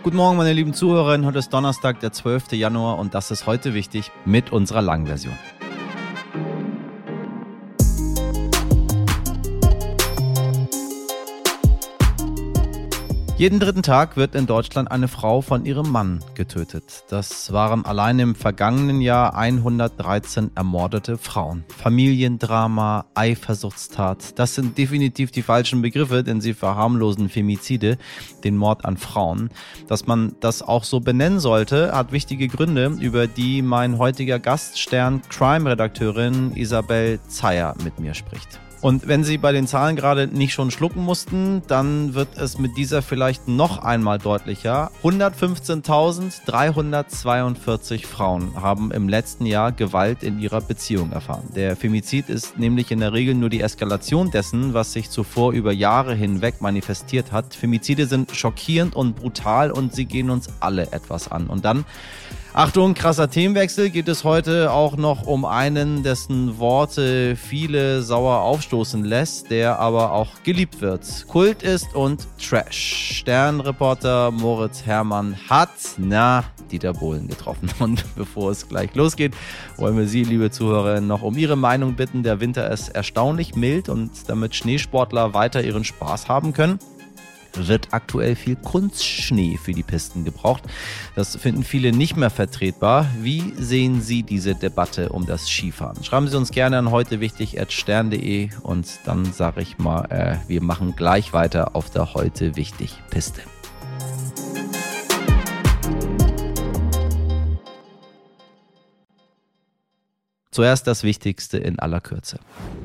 Guten Morgen, meine lieben Zuhörerinnen. Heute ist Donnerstag, der 12. Januar und das ist heute wichtig mit unserer langen Version. Jeden dritten Tag wird in Deutschland eine Frau von ihrem Mann getötet. Das waren allein im vergangenen Jahr 113 ermordete Frauen. Familiendrama, Eifersuchtstat, das sind definitiv die falschen Begriffe, denn sie verharmlosen Femizide, den Mord an Frauen. Dass man das auch so benennen sollte, hat wichtige Gründe, über die mein heutiger Gast, Stern-Crime-Redakteurin Isabel Zeyer mit mir spricht. Und wenn Sie bei den Zahlen gerade nicht schon schlucken mussten, dann wird es mit dieser vielleicht noch einmal deutlicher. 115.342 Frauen haben im letzten Jahr Gewalt in ihrer Beziehung erfahren. Der Femizid ist nämlich in der Regel nur die Eskalation dessen, was sich zuvor über Jahre hinweg manifestiert hat. Femizide sind schockierend und brutal und sie gehen uns alle etwas an. Und dann, Achtung, krasser Themenwechsel, geht es heute auch noch um einen, dessen Worte viele sauer aufstoßen lässt, der aber auch geliebt wird. Kult ist und Trash. Stern-Reporter Moritz Herrmann hat, Dieter Bohlen getroffen. Und bevor es gleich losgeht, wollen wir Sie, liebe Zuhörerinnen, noch um Ihre Meinung bitten. Der Winter ist erstaunlich mild und damit Schneesportler weiter ihren Spaß haben können, wird aktuell viel Kunstschnee für die Pisten gebraucht. Das finden viele nicht mehr vertretbar. Wie sehen Sie diese Debatte um das Skifahren? Schreiben Sie uns gerne an heutewichtig@stern.de und dann sage ich mal, wir machen gleich weiter auf der Heute Wichtig Piste. Zuerst das Wichtigste in aller Kürze.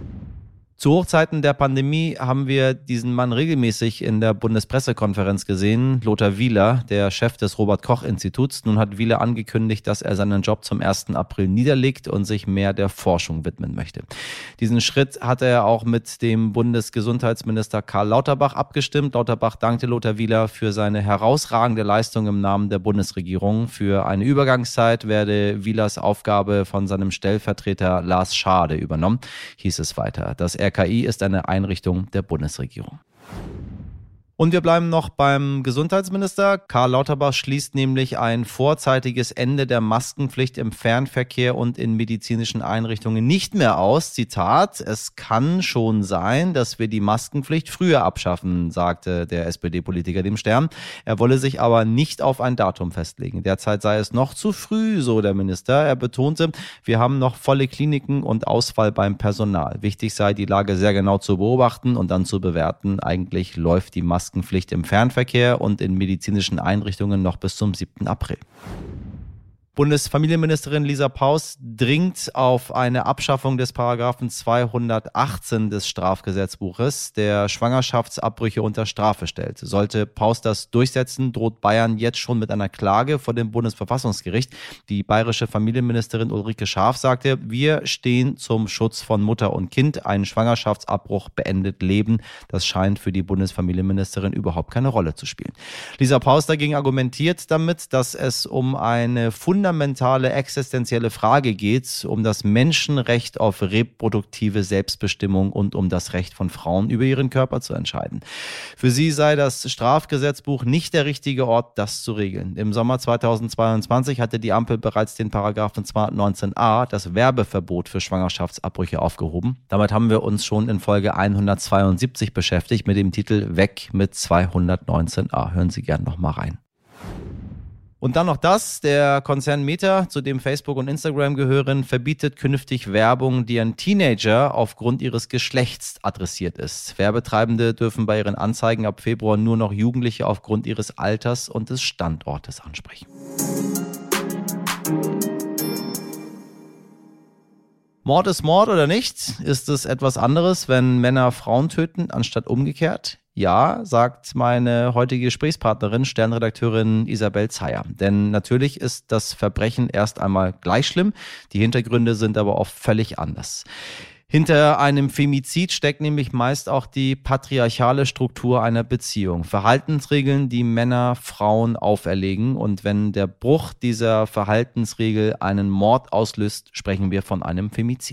Zu Hochzeiten der Pandemie haben wir diesen Mann regelmäßig in der Bundespressekonferenz gesehen, Lothar Wieler, der Chef des Robert-Koch-Instituts. Nun hat Wieler angekündigt, dass er seinen Job zum 1. April niederlegt und sich mehr der Forschung widmen möchte. Diesen Schritt hat er auch mit dem Bundesgesundheitsminister Karl Lauterbach abgestimmt. Lauterbach dankte Lothar Wieler für seine herausragende Leistung im Namen der Bundesregierung. Für eine Übergangszeit werde Wielers Aufgabe von seinem Stellvertreter Lars Schade übernommen, hieß es weiter. Das RKI ist eine Einrichtung der Bundesregierung. Und wir bleiben noch beim Gesundheitsminister. Karl Lauterbach schließt nämlich ein vorzeitiges Ende der Maskenpflicht im Fernverkehr und in medizinischen Einrichtungen nicht mehr aus. Zitat: Es kann schon sein, dass wir die Maskenpflicht früher abschaffen, sagte der SPD-Politiker dem Stern. Er wolle sich aber nicht auf ein Datum festlegen. Derzeit sei es noch zu früh, so der Minister. Er betonte, wir haben noch volle Kliniken und Ausfall beim Personal. Wichtig sei, die Lage sehr genau zu beobachten und dann zu bewerten. Eigentlich läuft die Maskenpflicht im Fernverkehr und in medizinischen Einrichtungen noch bis zum 7. April. Bundesfamilienministerin Lisa Paus dringt auf eine Abschaffung des Paragraphen 218 des Strafgesetzbuches, der Schwangerschaftsabbrüche unter Strafe stellt. Sollte Paus das durchsetzen, droht Bayern jetzt schon mit einer Klage vor dem Bundesverfassungsgericht. Die bayerische Familienministerin Ulrike Schaaf sagte, wir stehen zum Schutz von Mutter und Kind. Ein Schwangerschaftsabbruch beendet Leben. Das scheint für die Bundesfamilienministerin überhaupt keine Rolle zu spielen. Lisa Paus dagegen argumentiert damit, dass es um eine fundamentale existenzielle Frage geht, um das Menschenrecht auf reproduktive Selbstbestimmung und um das Recht von Frauen, über ihren Körper zu entscheiden. Für sie sei das Strafgesetzbuch nicht der richtige Ort, das zu regeln. Im Sommer 2022 hatte die Ampel bereits den Paragraphen 219a, das Werbeverbot für Schwangerschaftsabbrüche, aufgehoben. Damit haben wir uns schon in Folge 172 beschäftigt mit dem Titel Weg mit 219a. Hören Sie gern noch mal rein. Und dann noch das, der Konzern Meta, zu dem Facebook und Instagram gehören, verbietet künftig Werbung, die an Teenager aufgrund ihres Geschlechts adressiert ist. Werbetreibende dürfen bei ihren Anzeigen ab Februar nur noch Jugendliche aufgrund ihres Alters und des Standortes ansprechen. Mord ist Mord oder nicht? Ist es etwas anderes, wenn Männer Frauen töten, anstatt umgekehrt? Ja, sagt meine heutige Gesprächspartnerin, Sternredakteurin Isabel Zeyer. Denn natürlich ist das Verbrechen erst einmal gleich schlimm, die Hintergründe sind aber oft völlig anders. Hinter einem Femizid steckt nämlich meist auch die patriarchale Struktur einer Beziehung. Verhaltensregeln, die Männer Frauen auferlegen. Und wenn der Bruch dieser Verhaltensregel einen Mord auslöst, sprechen wir von einem Femizid.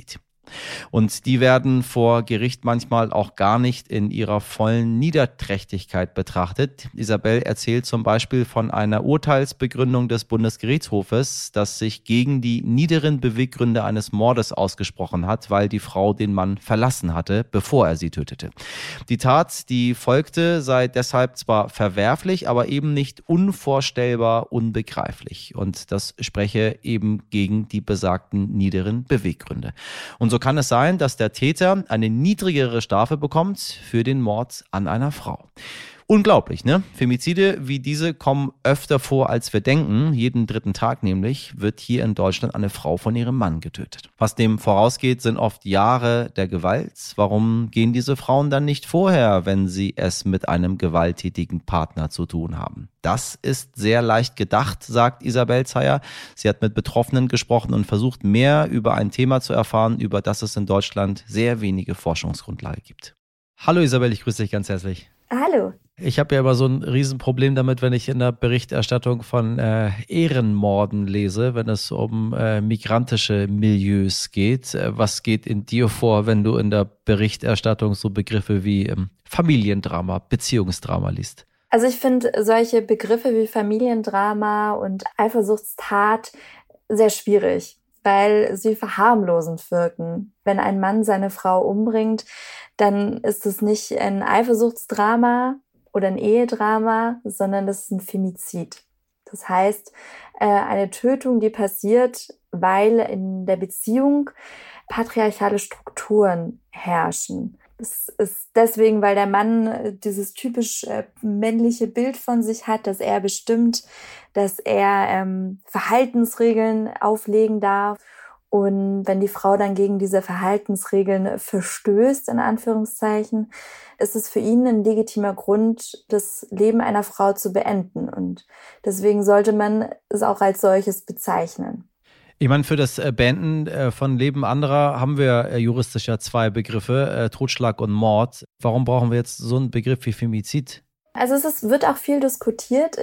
Und die werden vor Gericht manchmal auch gar nicht in ihrer vollen Niederträchtigkeit betrachtet. Isabel erzählt zum Beispiel von einer Urteilsbegründung des Bundesgerichtshofes, das sich gegen die niederen Beweggründe eines Mordes ausgesprochen hat, weil die Frau den Mann verlassen hatte, bevor er sie tötete. Die Tat, die folgte, sei deshalb zwar verwerflich, aber eben nicht unvorstellbar unbegreiflich. Und das spreche eben gegen die besagten niederen Beweggründe. Und so kann es sein, dass der Täter eine niedrigere Strafe bekommt für den Mord an einer Frau. Unglaublich, ne? Femizide wie diese kommen öfter vor, als wir denken. Jeden 3. Tag nämlich wird hier in Deutschland eine Frau von ihrem Mann getötet. Was dem vorausgeht, sind oft Jahre der Gewalt. Warum gehen diese Frauen dann nicht vorher, wenn sie es mit einem gewalttätigen Partner zu tun haben? Das ist sehr leicht gedacht, sagt Isabel Zeyer. Sie hat mit Betroffenen gesprochen und versucht, mehr über ein Thema zu erfahren, über das es in Deutschland sehr wenige Forschungsgrundlage gibt. Hallo Isabel, ich grüße dich ganz herzlich. Hallo. Ich habe ja immer so ein Riesenproblem damit, wenn ich in der Berichterstattung von Ehrenmorden lese, wenn es um migrantische Milieus geht. Was geht in dir vor, wenn du in der Berichterstattung so Begriffe wie Familiendrama, Beziehungsdrama liest? Also ich finde solche Begriffe wie Familiendrama und Eifersuchtstat sehr schwierig, weil sie verharmlosend wirken. Wenn ein Mann seine Frau umbringt, dann ist es nicht ein Eifersuchtsdrama oder ein Ehedrama, sondern das ist ein Femizid. Das heißt, eine Tötung, die passiert, weil in der Beziehung patriarchale Strukturen herrschen. Das ist deswegen, weil der Mann dieses typisch männliche Bild von sich hat, dass er bestimmt, dass er Verhaltensregeln auflegen darf. Und wenn die Frau dann gegen diese Verhaltensregeln verstößt, in Anführungszeichen, ist es für ihn ein legitimer Grund, das Leben einer Frau zu beenden. Und deswegen sollte man es auch als solches bezeichnen. Ich meine, für das Beenden von Leben anderer haben wir juristisch ja 2 Begriffe, Totschlag und Mord. Warum brauchen wir jetzt so einen Begriff wie Femizid? Also wird auch viel diskutiert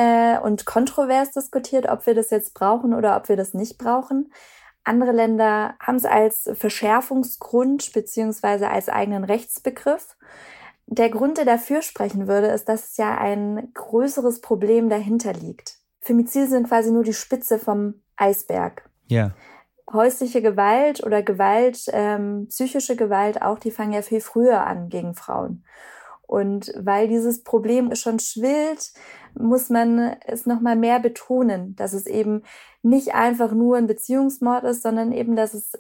und kontrovers diskutiert, ob wir das jetzt brauchen oder ob wir das nicht brauchen. Andere Länder haben es als Verschärfungsgrund beziehungsweise als eigenen Rechtsbegriff. Der Grund, der dafür sprechen würde, ist, dass ja ein größeres Problem dahinter liegt. Femizide sind quasi nur die Spitze vom Eisberg. Ja. Häusliche Gewalt oder Gewalt, psychische Gewalt auch, die fangen ja viel früher an gegen Frauen. Und weil dieses Problem schon schwillt, muss man es nochmal mehr betonen, dass es eben nicht einfach nur ein Beziehungsmord ist, sondern eben, dass es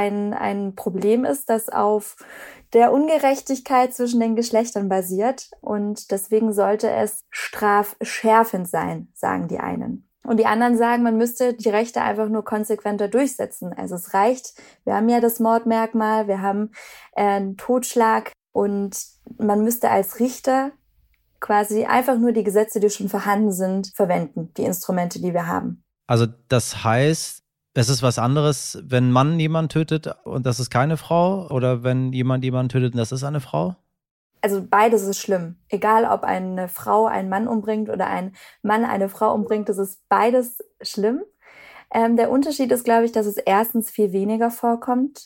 ein Problem ist, das auf der Ungerechtigkeit zwischen den Geschlechtern basiert. Und deswegen sollte es strafschärfend sein, sagen die einen. Und die anderen sagen, man müsste die Rechte einfach nur konsequenter durchsetzen. Also es reicht, wir haben ja das Mordmerkmal, wir haben einen Totschlag und man müsste als Richter quasi einfach nur die Gesetze, die schon vorhanden sind, verwenden, die Instrumente, die wir haben. Also das heißt, es ist was anderes, wenn ein Mann jemanden tötet und das ist keine Frau oder wenn jemand jemanden tötet und das ist eine Frau? Also beides ist schlimm. Egal, ob eine Frau einen Mann umbringt oder ein Mann eine Frau umbringt, das ist beides schlimm. Der Unterschied ist, glaube ich, dass es erstens viel weniger vorkommt.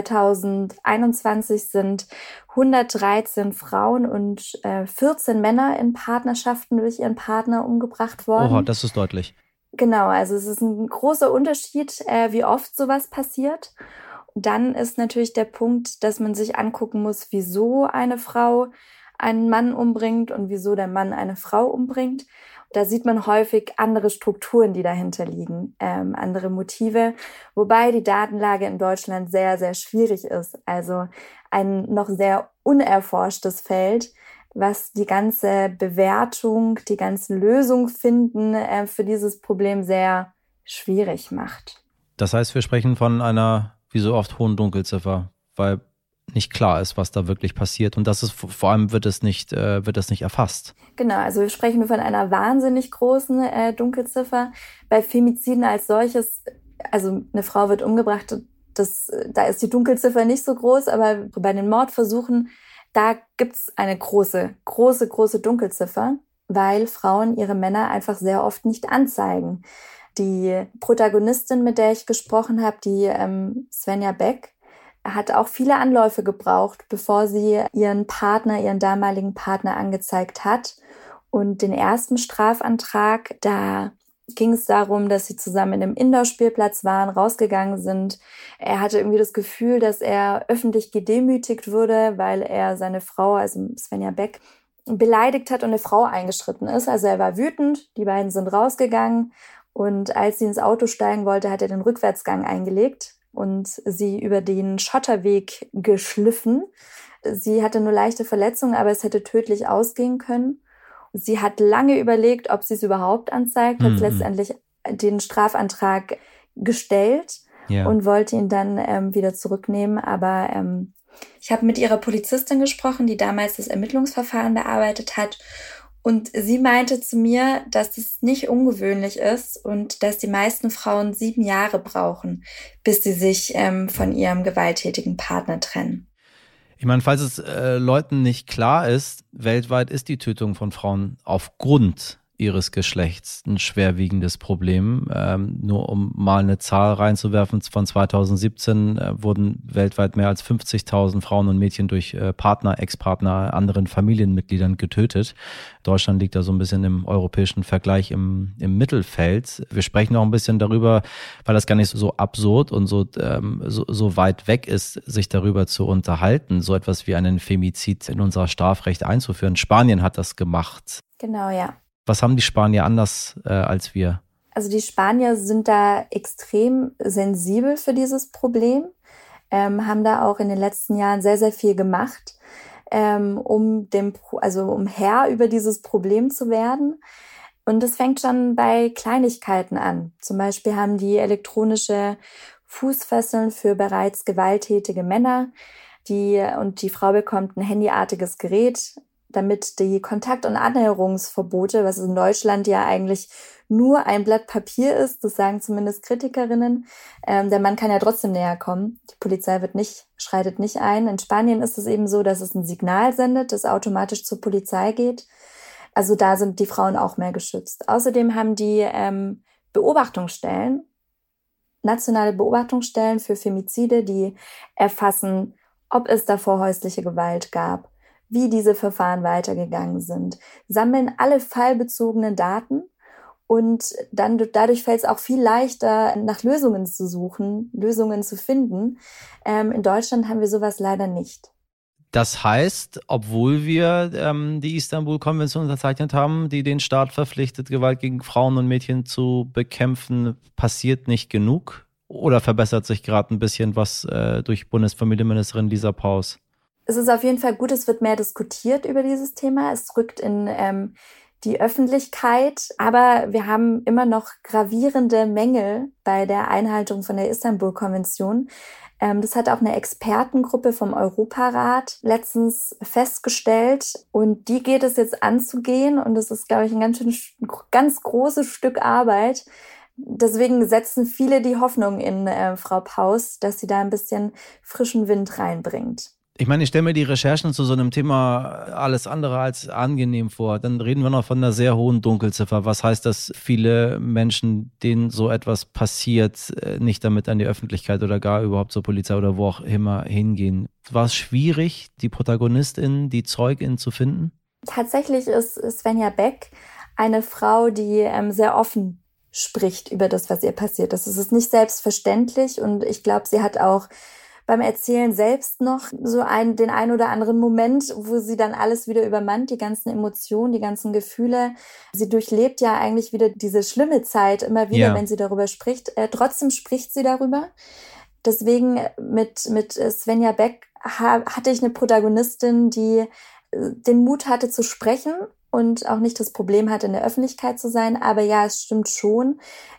2021 sind 113 Frauen und 14 Männer in Partnerschaften durch ihren Partner umgebracht worden. Oha, das ist deutlich. Genau, also es ist ein großer Unterschied, wie oft sowas passiert. Dann ist natürlich der Punkt, dass man sich angucken muss, wieso eine Frau einen Mann umbringt und wieso der Mann eine Frau umbringt. Da sieht man häufig andere Strukturen, die dahinter liegen, andere Motive, wobei die Datenlage in Deutschland sehr, sehr schwierig ist. Also ein noch sehr unerforschtes Feld, was die ganze Bewertung, die ganze Lösung finden für dieses Problem sehr schwierig macht. Das heißt, wir sprechen von einer, wie so oft, hohen Dunkelziffer, weil nicht klar ist, was da wirklich passiert. Und das ist vor allem wird es nicht erfasst. Genau, also wir sprechen nur von einer wahnsinnig großen Dunkelziffer. Bei Femiziden als solches, also eine Frau wird umgebracht, da ist die Dunkelziffer nicht so groß, aber bei den Mordversuchen, da gibt's eine große Dunkelziffer, weil Frauen ihre Männer einfach sehr oft nicht anzeigen. Die Protagonistin, mit der ich gesprochen habe, die Svenja Beck, hat auch viele Anläufe gebraucht, bevor sie ihren damaligen Partner angezeigt hat. Und den ersten Strafantrag, da ging es darum, dass sie zusammen in einem Indoor-Spielplatz waren, rausgegangen sind. Er hatte irgendwie das Gefühl, dass er öffentlich gedemütigt wurde, weil er seine Frau, also Svenja Beck, beleidigt hat und eine Frau eingeschritten ist. Also er war wütend, die beiden sind rausgegangen und als sie ins Auto steigen wollte, hat er den Rückwärtsgang eingelegt und sie über den Schotterweg geschliffen. Sie hatte nur leichte Verletzungen, aber es hätte tödlich ausgehen können. Sie hat lange überlegt, ob sie es überhaupt anzeigt, hat letztendlich den Strafantrag gestellt und wollte ihn dann wieder zurücknehmen. Aber ich habe mit ihrer Polizistin gesprochen, die damals das Ermittlungsverfahren bearbeitet hat. Und sie meinte zu mir, dass es nicht ungewöhnlich ist und dass die meisten Frauen 7 Jahre brauchen, bis sie sich von ihrem gewalttätigen Partner trennen. Ich meine, falls es Leuten nicht klar ist, weltweit ist die Tötung von Frauen aufgrund ihres Geschlechts ein schwerwiegendes Problem. Nur um mal eine Zahl reinzuwerfen, von 2017 wurden weltweit mehr als 50.000 Frauen und Mädchen durch Partner, Ex-Partner, anderen Familienmitgliedern getötet. Deutschland liegt da so ein bisschen im europäischen Vergleich im Mittelfeld. Wir sprechen auch ein bisschen darüber, weil das gar nicht so absurd und so weit weg ist, sich darüber zu unterhalten, so etwas wie einen Femizid in unser Strafrecht einzuführen. Spanien hat das gemacht. Genau, ja. Was haben die Spanier anders als wir? Also die Spanier sind da extrem sensibel für dieses Problem, haben da auch in den letzten Jahren sehr, sehr viel gemacht, um Herr über dieses Problem zu werden. Und es fängt schon bei Kleinigkeiten an. Zum Beispiel haben die elektronische Fußfesseln für bereits gewalttätige Männer, und die Frau bekommt ein handyartiges Gerät, damit die Kontakt- und Annäherungsverbote, was in Deutschland ja eigentlich nur ein Blatt Papier ist, das sagen zumindest Kritikerinnen, der Mann kann ja trotzdem näher kommen. Die Polizei schreitet nicht ein. In Spanien ist es eben so, dass es ein Signal sendet, das automatisch zur Polizei geht. Also da sind die Frauen auch mehr geschützt. Außerdem haben die nationale Beobachtungsstellen für Femizide, die erfassen, ob es davor häusliche Gewalt gab, wie diese Verfahren weitergegangen sind, sammeln alle fallbezogenen Daten und dann dadurch fällt es auch viel leichter, nach Lösungen zu suchen, Lösungen zu finden. In Deutschland haben wir sowas leider nicht. Das heißt, obwohl wir die Istanbul-Konvention unterzeichnet haben, die den Staat verpflichtet, Gewalt gegen Frauen und Mädchen zu bekämpfen, passiert nicht genug? Oder verbessert sich gerade ein bisschen was durch Bundesfamilienministerin Lisa Paus? Es ist auf jeden Fall gut, es wird mehr diskutiert über dieses Thema. Es rückt in die Öffentlichkeit. Aber wir haben immer noch gravierende Mängel bei der Einhaltung von der Istanbul-Konvention. Das hat auch eine Expertengruppe vom Europarat letztens festgestellt. Und die geht es jetzt anzugehen. Und das ist, glaube ich, ein ganz großes Stück Arbeit. Deswegen setzen viele die Hoffnung in Frau Paus, dass sie da ein bisschen frischen Wind reinbringt. Ich meine, ich stelle mir die Recherchen zu so einem Thema alles andere als angenehm vor. Dann reden wir noch von einer sehr hohen Dunkelziffer. Was heißt, dass viele Menschen, denen so etwas passiert, nicht damit an die Öffentlichkeit oder gar überhaupt zur Polizei oder wo auch immer hingehen? War es schwierig, die ProtagonistInnen, die ZeugInnen zu finden? Tatsächlich ist Svenja Beck eine Frau, die sehr offen spricht über das, was ihr passiert ist. Es ist nicht selbstverständlich und ich glaube, sie hat auch beim Erzählen selbst noch so den ein oder anderen Moment, wo sie dann alles wieder übermannt, die ganzen Emotionen, die ganzen Gefühle. Sie durchlebt ja eigentlich wieder diese schlimme Zeit immer wieder, wenn sie darüber spricht. Trotzdem spricht sie darüber. Deswegen mit Svenja Beck hatte ich eine Protagonistin, die den Mut hatte zu sprechen und auch nicht das Problem hatte, in der Öffentlichkeit zu sein. Aber ja, es stimmt schon,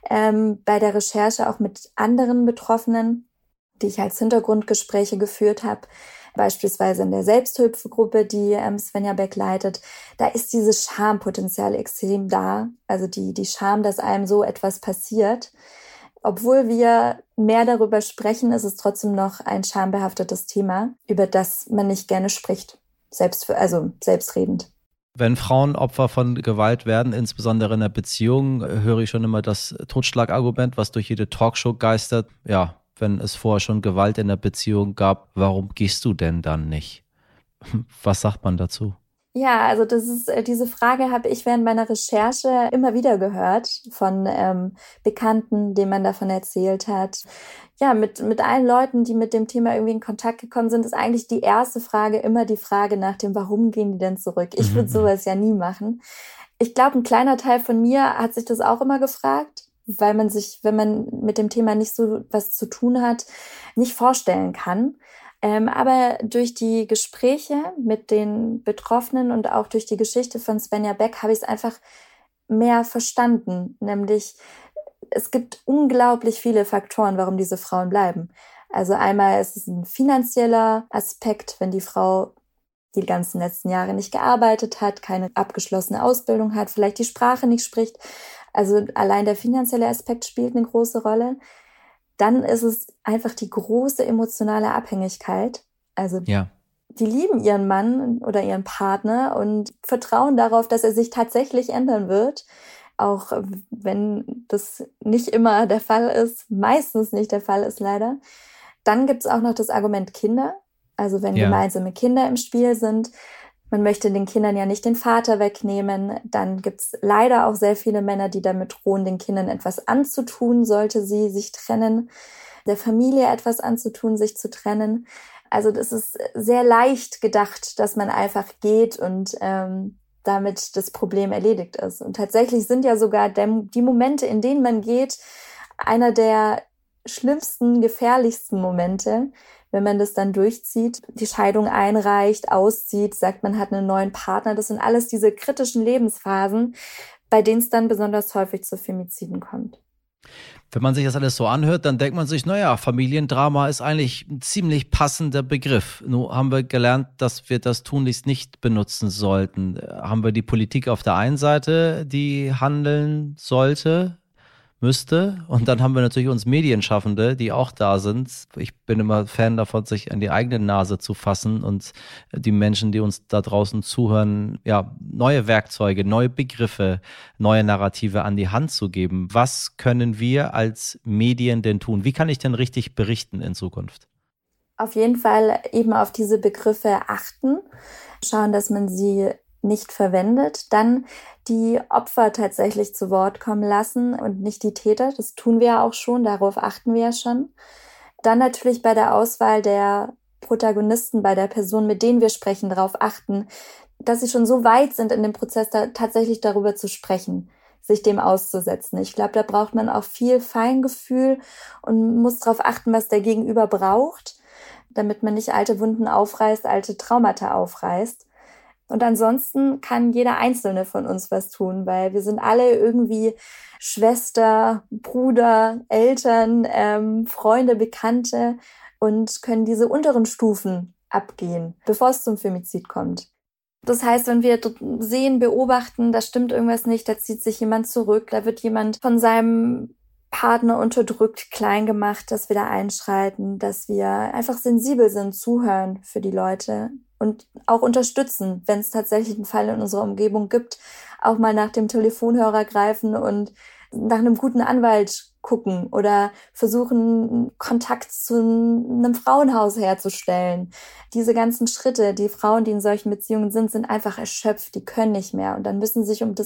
bei der Recherche auch mit anderen Betroffenen, die ich als Hintergrundgespräche geführt habe, beispielsweise in der Selbsthilfegruppe, die Svenja Beck leitet, da ist dieses Schampotenzial extrem da. Also die Scham, dass einem so etwas passiert. Obwohl wir mehr darüber sprechen, ist es trotzdem noch ein schambehaftetes Thema, über das man nicht gerne spricht, selbstredend. Wenn Frauen Opfer von Gewalt werden, insbesondere in einer Beziehung, höre ich schon immer das Totschlagargument, was durch jede Talkshow geistert. Ja, wenn es vorher schon Gewalt in der Beziehung gab, warum gehst du denn dann nicht? Was sagt man dazu? Ja, also diese Frage habe ich während meiner Recherche immer wieder gehört von Bekannten, denen man davon erzählt hat. Ja, mit allen Leuten, die mit dem Thema irgendwie in Kontakt gekommen sind, ist eigentlich die erste Frage immer die Frage nach dem, warum gehen die denn zurück? Ich würde sowas ja nie machen. Ich glaube, ein kleiner Teil von mir hat sich das auch immer gefragt, weil man sich, wenn man mit dem Thema nicht so was zu tun hat, nicht vorstellen kann. Aber durch die Gespräche mit den Betroffenen und auch durch die Geschichte von Svenja Beck habe ich es einfach mehr verstanden. Nämlich, es gibt unglaublich viele Faktoren, warum diese Frauen bleiben. Also einmal ist es ein finanzieller Aspekt, wenn die Frau die ganzen letzten Jahre nicht gearbeitet hat, keine abgeschlossene Ausbildung hat, vielleicht die Sprache nicht spricht. Also allein der finanzielle Aspekt spielt eine große Rolle. Dann ist es einfach die große emotionale Abhängigkeit. Also die lieben ihren Mann oder ihren Partner und vertrauen darauf, dass er sich tatsächlich ändern wird. Auch wenn das nicht immer der Fall ist, meistens nicht der Fall ist leider. Dann gibt es auch noch das Argument Kinder. Also wenn gemeinsame Kinder im Spiel sind. Man möchte den Kindern ja nicht den Vater wegnehmen. Dann gibt es leider auch sehr viele Männer, die damit drohen, den Kindern etwas anzutun, sollte sie sich trennen, der Familie etwas anzutun, sich zu trennen. Also das ist sehr leicht gedacht, dass man einfach geht und damit das Problem erledigt ist. Und tatsächlich sind ja sogar die Momente, in denen man geht, einer der schlimmsten, gefährlichsten Momente, wenn man das dann durchzieht, die Scheidung einreicht, auszieht, sagt, man hat einen neuen Partner. Das sind alles diese kritischen Lebensphasen, bei denen es dann besonders häufig zu Femiziden kommt. Wenn man sich das alles so anhört, dann denkt man sich, naja, Familiendrama ist eigentlich ein ziemlich passender Begriff. Nur haben wir gelernt, dass wir das tunlichst nicht benutzen sollten. Haben wir die Politik auf der einen Seite, die handeln sollte, müsste. Und dann haben wir natürlich uns Medienschaffende, die auch da sind. Ich bin immer Fan davon, sich an die eigene Nase zu fassen und die Menschen, die uns da draußen zuhören, ja, neue Werkzeuge, neue Begriffe, neue Narrative an die Hand zu geben. Was können wir als Medien denn tun? Wie kann ich denn richtig berichten in Zukunft? Auf jeden Fall eben auf diese Begriffe achten, schauen, dass man sie nicht verwendet, dann die Opfer tatsächlich zu Wort kommen lassen und nicht die Täter. Das tun wir ja auch schon, darauf achten wir ja schon. Dann natürlich bei der Auswahl der Protagonisten, bei der Person, mit denen wir sprechen, darauf achten, dass sie schon so weit sind in dem Prozess, da tatsächlich darüber zu sprechen, sich dem auszusetzen. Ich glaube, da braucht man auch viel Feingefühl und muss darauf achten, was der Gegenüber braucht, damit man nicht alte Wunden aufreißt, alte Traumata aufreißt. Und ansonsten kann jeder Einzelne von uns was tun, weil wir sind alle irgendwie Schwester, Bruder, Eltern, Freunde, Bekannte und können diese unteren Stufen abgehen, bevor es zum Femizid kommt. Das heißt, wenn wir sehen, beobachten, da stimmt irgendwas nicht, da zieht sich jemand zurück, da wird jemand von seinem Partner unterdrückt, klein gemacht, dass wir da einschreiten, dass wir einfach sensibel sind, zuhören für die Leute und auch unterstützen, wenn es tatsächlich einen Fall in unserer Umgebung gibt, auch mal nach dem Telefonhörer greifen und nach einem guten Anwalt gucken oder versuchen, Kontakt zu einem Frauenhaus herzustellen. Diese ganzen Schritte, die Frauen, die in solchen Beziehungen sind einfach erschöpft, die können nicht mehr. Und dann müssen sich um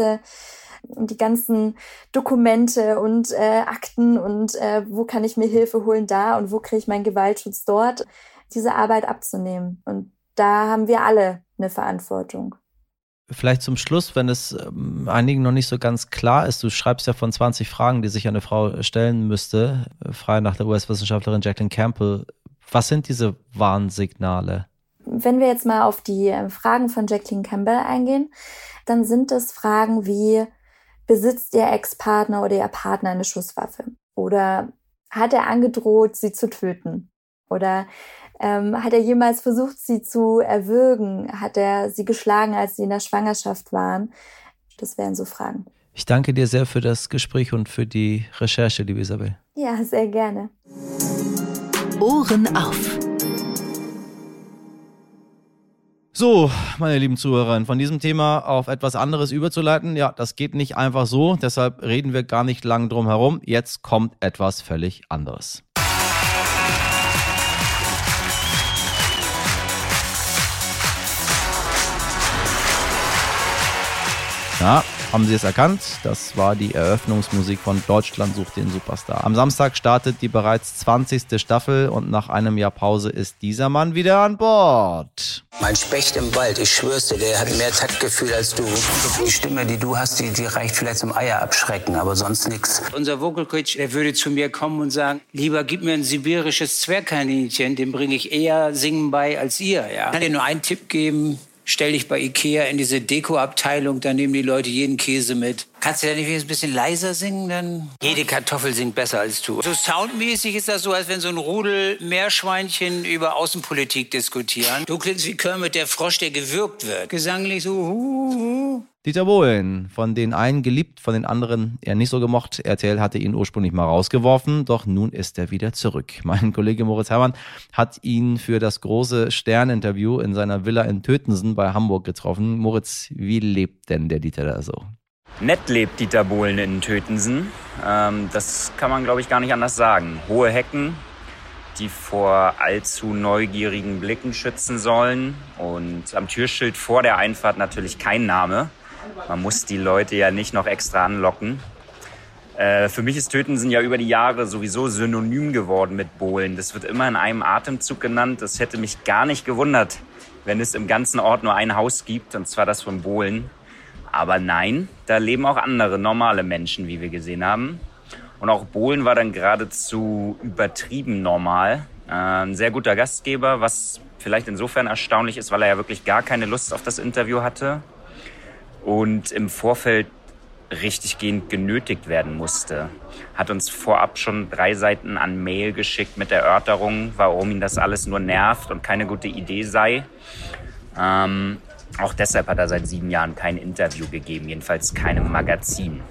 die ganzen Dokumente und Akten und wo kann ich mir Hilfe holen da und wo kriege ich meinen Gewaltschutz dort, diese Arbeit abzunehmen. Und da haben wir alle eine Verantwortung. Vielleicht zum Schluss, wenn es einigen noch nicht so ganz klar ist, du schreibst ja von 20 Fragen, die sich eine Frau stellen müsste, frei nach der US-Wissenschaftlerin Jacqueline Campbell. Was sind diese Warnsignale? Wenn wir jetzt mal auf die Fragen von Jacqueline Campbell eingehen, dann sind es Fragen wie, besitzt Ihr Ex-Partner oder Ihr Partner eine Schusswaffe? Oder hat er angedroht, Sie zu töten? Oder hat er jemals versucht, Sie zu erwürgen? Hat er Sie geschlagen, als Sie in der Schwangerschaft waren? Das wären so Fragen. Ich danke dir sehr für das Gespräch und für die Recherche, liebe Isabel. Ja, sehr gerne. Ohren auf. So, meine lieben Zuhörerinnen, von diesem Thema auf etwas anderes überzuleiten, ja, das geht nicht einfach so, deshalb reden wir gar nicht lang drum herum. Jetzt kommt etwas völlig anderes. Ja, haben Sie es erkannt? Das war die Eröffnungsmusik von Deutschland sucht den Superstar. Am Samstag startet die bereits 20. Staffel und nach einem Jahr Pause ist dieser Mann wieder an Bord. Mein Specht im Wald, ich schwör's dir, der hat mehr Taktgefühl als du. Die Stimme, die du hast, die reicht vielleicht zum Eier abschrecken, aber sonst nichts. Unser Vocal Coach, der würde zu mir kommen und sagen, lieber gib mir ein sibirisches Zwergkaninchen, dem bringe ich eher Singen bei als ihr. Ja. Ich kann dir nur einen Tipp geben. Stell dich bei Ikea in diese Deko-Abteilung, da nehmen die Leute jeden Käse mit. Kannst du da nicht ein bisschen leiser singen? Dann jede Kartoffel singt besser als du. So soundmäßig ist das so, als wenn so ein Rudel Meerschweinchen über Außenpolitik diskutieren. Du klingst wie Kermit der Frosch, der gewürgt wird. Gesanglich so. Dieter Bohlen, von den einen geliebt, von den anderen eher nicht so gemocht. RTL hatte ihn ursprünglich mal rausgeworfen, doch nun ist er wieder zurück. Mein Kollege Moritz Herrmann hat ihn für das große Stern-Interview in seiner Villa in Tötensen bei Hamburg getroffen. Moritz, wie lebt denn der Dieter da so? Nett lebt Dieter Bohlen in Tötensen. Das kann man, glaube ich, gar nicht anders sagen. Hohe Hecken, die vor allzu neugierigen Blicken schützen sollen. Und am Türschild vor der Einfahrt natürlich kein Name. Man muss die Leute ja nicht noch extra anlocken. Für mich ist Tötensen ja über die Jahre sowieso synonym geworden mit Bohlen. Das wird immer in einem Atemzug genannt. Das hätte mich gar nicht gewundert, wenn es im ganzen Ort nur ein Haus gibt, und zwar das von Bohlen. Aber nein, da leben auch andere, normale Menschen, wie wir gesehen haben. Und auch Bohlen war dann geradezu übertrieben normal. Ein sehr guter Gastgeber, was vielleicht insofern erstaunlich ist, weil er ja wirklich gar keine Lust auf das Interview hatte. Und im Vorfeld richtiggehend genötigt werden musste. Hat uns vorab schon 3 Seiten an Mail geschickt mit Erörterungen, warum ihn das alles nur nervt und keine gute Idee sei. Auch deshalb hat er seit 7 Jahren kein Interview gegeben, jedenfalls keinem Magazin.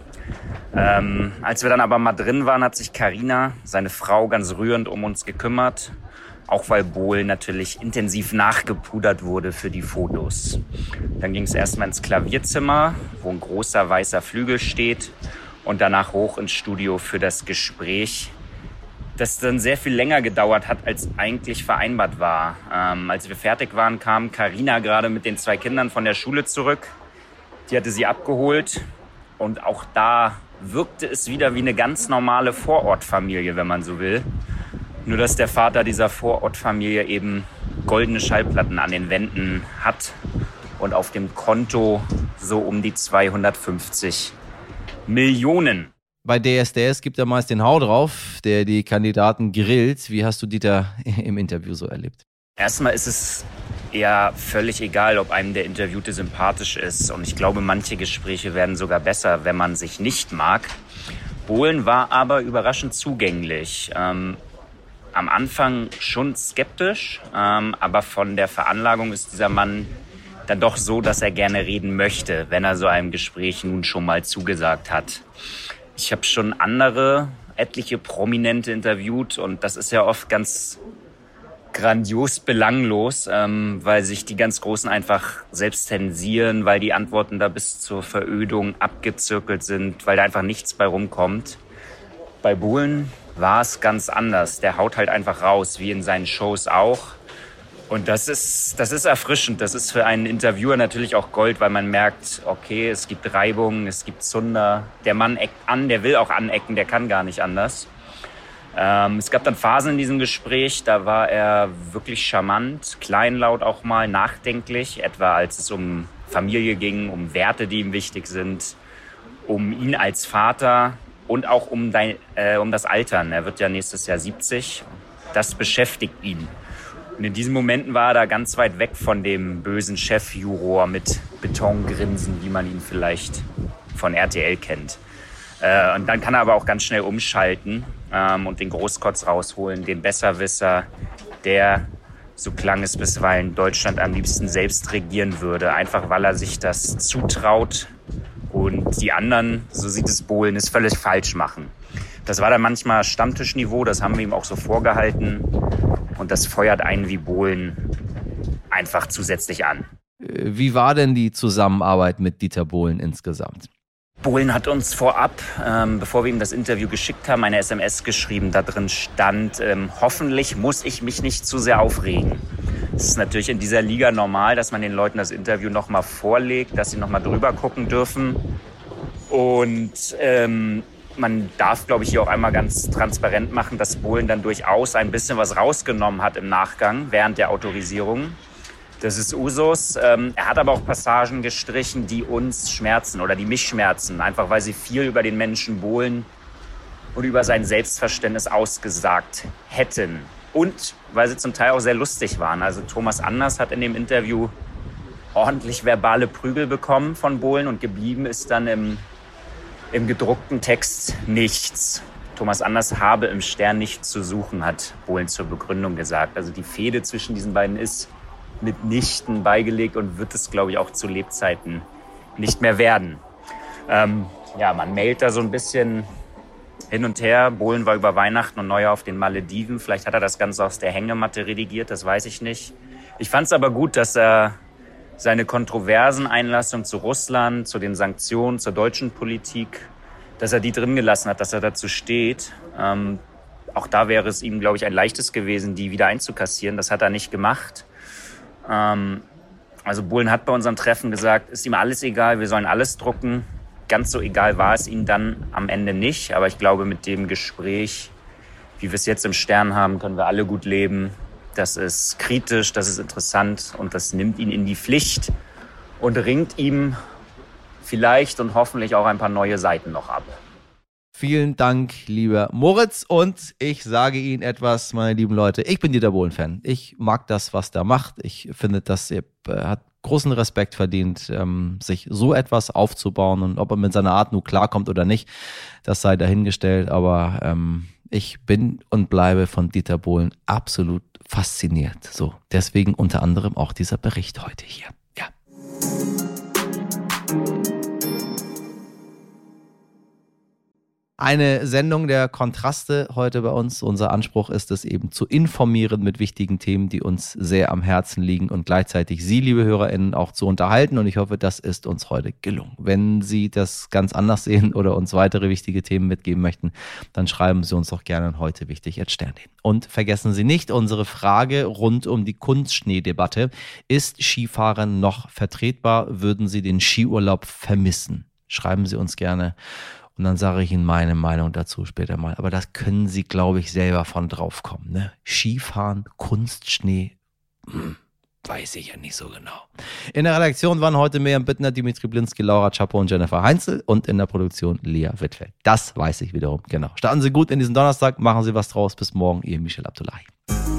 Als wir dann aber mal drin waren, hat sich Carina, seine Frau, ganz rührend um uns gekümmert. Auch weil Bohlen natürlich intensiv nachgepudert wurde für die Fotos. Dann ging es erstmal ins Klavierzimmer, wo ein großer weißer Flügel steht. Und danach hoch ins Studio für das Gespräch, das dann sehr viel länger gedauert hat, als eigentlich vereinbart war. Als wir fertig waren, kam Carina gerade mit den 2 Kindern von der Schule zurück. Die hatte sie abgeholt. Und auch da wirkte es wieder wie eine ganz normale Vorortfamilie, wenn man so will. Nur dass der Vater dieser Vorortfamilie eben goldene Schallplatten an den Wänden hat und auf dem Konto so um die 250 Millionen. Bei DSDS gibt er meist den Hau drauf, der die Kandidaten grillt. Wie hast du Dieter im Interview so erlebt? Erstmal ist es eher völlig egal, ob einem der Interviewte sympathisch ist. Und ich glaube, manche Gespräche werden sogar besser, wenn man sich nicht mag. Bohlen war aber überraschend zugänglich. Am Anfang schon skeptisch, aber von der Veranlagung ist dieser Mann dann doch so, dass er gerne reden möchte, wenn er so einem Gespräch nun schon mal zugesagt hat. Ich habe schon etliche Prominente interviewt und das ist ja oft ganz grandios belanglos, weil sich die ganz Großen einfach selbst zensieren, weil die Antworten da bis zur Verödung abgezirkelt sind, weil da einfach nichts bei rumkommt. Bei Bohlen war es ganz anders. Der haut halt einfach raus, wie in seinen Shows auch. Und das ist erfrischend. Das ist für einen Interviewer natürlich auch Gold, weil man merkt, okay, es gibt Reibung, es gibt Zunder. Der Mann eckt an, der will auch anecken, der kann gar nicht anders. Es gab dann Phasen in diesem Gespräch, da war er wirklich charmant, kleinlaut auch mal, nachdenklich. Etwa als es um Familie ging, um Werte, die ihm wichtig sind, um ihn als Vater. Und auch um das Altern. Er wird ja nächstes Jahr 70. Das beschäftigt ihn. Und in diesen Momenten war er da ganz weit weg von dem bösen Chefjuror mit Betongrinsen, wie man ihn vielleicht von RTL kennt. Und dann kann er aber auch ganz schnell umschalten und den Großkotz rausholen, den Besserwisser, der, so klang es bisweilen, Deutschland am liebsten selbst regieren würde. Einfach weil er sich das zutraut. Und die anderen, so sieht es Bohlen, es völlig falsch machen. Das war dann manchmal Stammtischniveau, das haben wir ihm auch so vorgehalten. Und das feuert einen wie Bohlen einfach zusätzlich an. Wie war denn die Zusammenarbeit mit Dieter Bohlen insgesamt? Bohlen hat uns vorab, bevor wir ihm das Interview geschickt haben, eine SMS geschrieben. Da drin stand, hoffentlich muss ich mich nicht zu sehr aufregen. Es ist natürlich in dieser Liga normal, dass man den Leuten das Interview nochmal vorlegt, dass sie nochmal drüber gucken dürfen. Und man darf, glaube ich, hier auch einmal ganz transparent machen, dass Bohlen dann durchaus ein bisschen was rausgenommen hat im Nachgang, während der Autorisierung. Das ist Usus. Er hat aber auch Passagen gestrichen, die uns schmerzen oder die mich schmerzen, einfach weil sie viel über den Menschen Bohlen und über sein Selbstverständnis ausgesagt hätten. Und weil sie zum Teil auch sehr lustig waren. Also Thomas Anders hat in dem Interview ordentlich verbale Prügel bekommen von Bohlen und geblieben ist dann im gedruckten Text nichts. Thomas Anders habe im Stern nichts zu suchen, hat Bohlen zur Begründung gesagt. Also die Fehde zwischen diesen beiden ist mitnichten beigelegt und wird es, glaube ich, auch zu Lebzeiten nicht mehr werden. Man mailt da so ein bisschen hin und her. Bohlen war über Weihnachten und Neujahr auf den Malediven. Vielleicht hat er das Ganze aus der Hängematte redigiert, das weiß ich nicht. Ich fand es aber gut, dass er seine kontroversen Einlassungen zu Russland, zu den Sanktionen, zur deutschen Politik, dass er die drin gelassen hat, dass er dazu steht. Auch da wäre es ihm, glaube ich, ein leichtes gewesen, die wieder einzukassieren. Das hat er nicht gemacht. Also Bohlen hat bei unserem Treffen gesagt, ist ihm alles egal, wir sollen alles drucken. Ganz so egal war es ihm dann am Ende nicht. Aber ich glaube, mit dem Gespräch, wie wir es jetzt im Stern haben, können wir alle gut leben. Das ist kritisch, das ist interessant und das nimmt ihn in die Pflicht und ringt ihm vielleicht und hoffentlich auch ein paar neue Seiten noch ab. Vielen Dank, lieber Moritz. Und ich sage Ihnen etwas, meine lieben Leute. Ich bin Dieter Bohlen-Fan. Ich mag das, was der macht. Ich finde, dass er hat großen Respekt verdient, sich so etwas aufzubauen. Und ob er mit seiner Art nur klarkommt oder nicht, das sei dahingestellt. Aber ich bin und bleibe von Dieter Bohlen absolut fasziniert. So, deswegen unter anderem auch dieser Bericht heute hier. Ja. Eine Sendung der Kontraste heute bei uns. Unser Anspruch ist es eben zu informieren mit wichtigen Themen, die uns sehr am Herzen liegen und gleichzeitig Sie, liebe HörerInnen, auch zu unterhalten. Und ich hoffe, das ist uns heute gelungen. Wenn Sie das ganz anders sehen oder uns weitere wichtige Themen mitgeben möchten, dann schreiben Sie uns doch gerne an heute-wichtig@stern.de. Und vergessen Sie nicht unsere Frage rund um die Kunstschneedebatte. Ist Skifahren noch vertretbar? Würden Sie den Skiurlaub vermissen? Schreiben Sie uns gerne. Und dann sage ich Ihnen meine Meinung dazu später mal. Aber das können Sie, glaube ich, selber von drauf kommen. Ne? Skifahren, Kunstschnee, weiß ich ja nicht so genau. In der Redaktion waren heute Miriam Bittner, Dimitri Blinski, Laura Czapo und Jennifer Heinzel. Und in der Produktion Lea Wittfeld. Das weiß ich wiederum, genau. Starten Sie gut in diesen Donnerstag, machen Sie was draus. Bis morgen, Ihr Michel Abdullahi.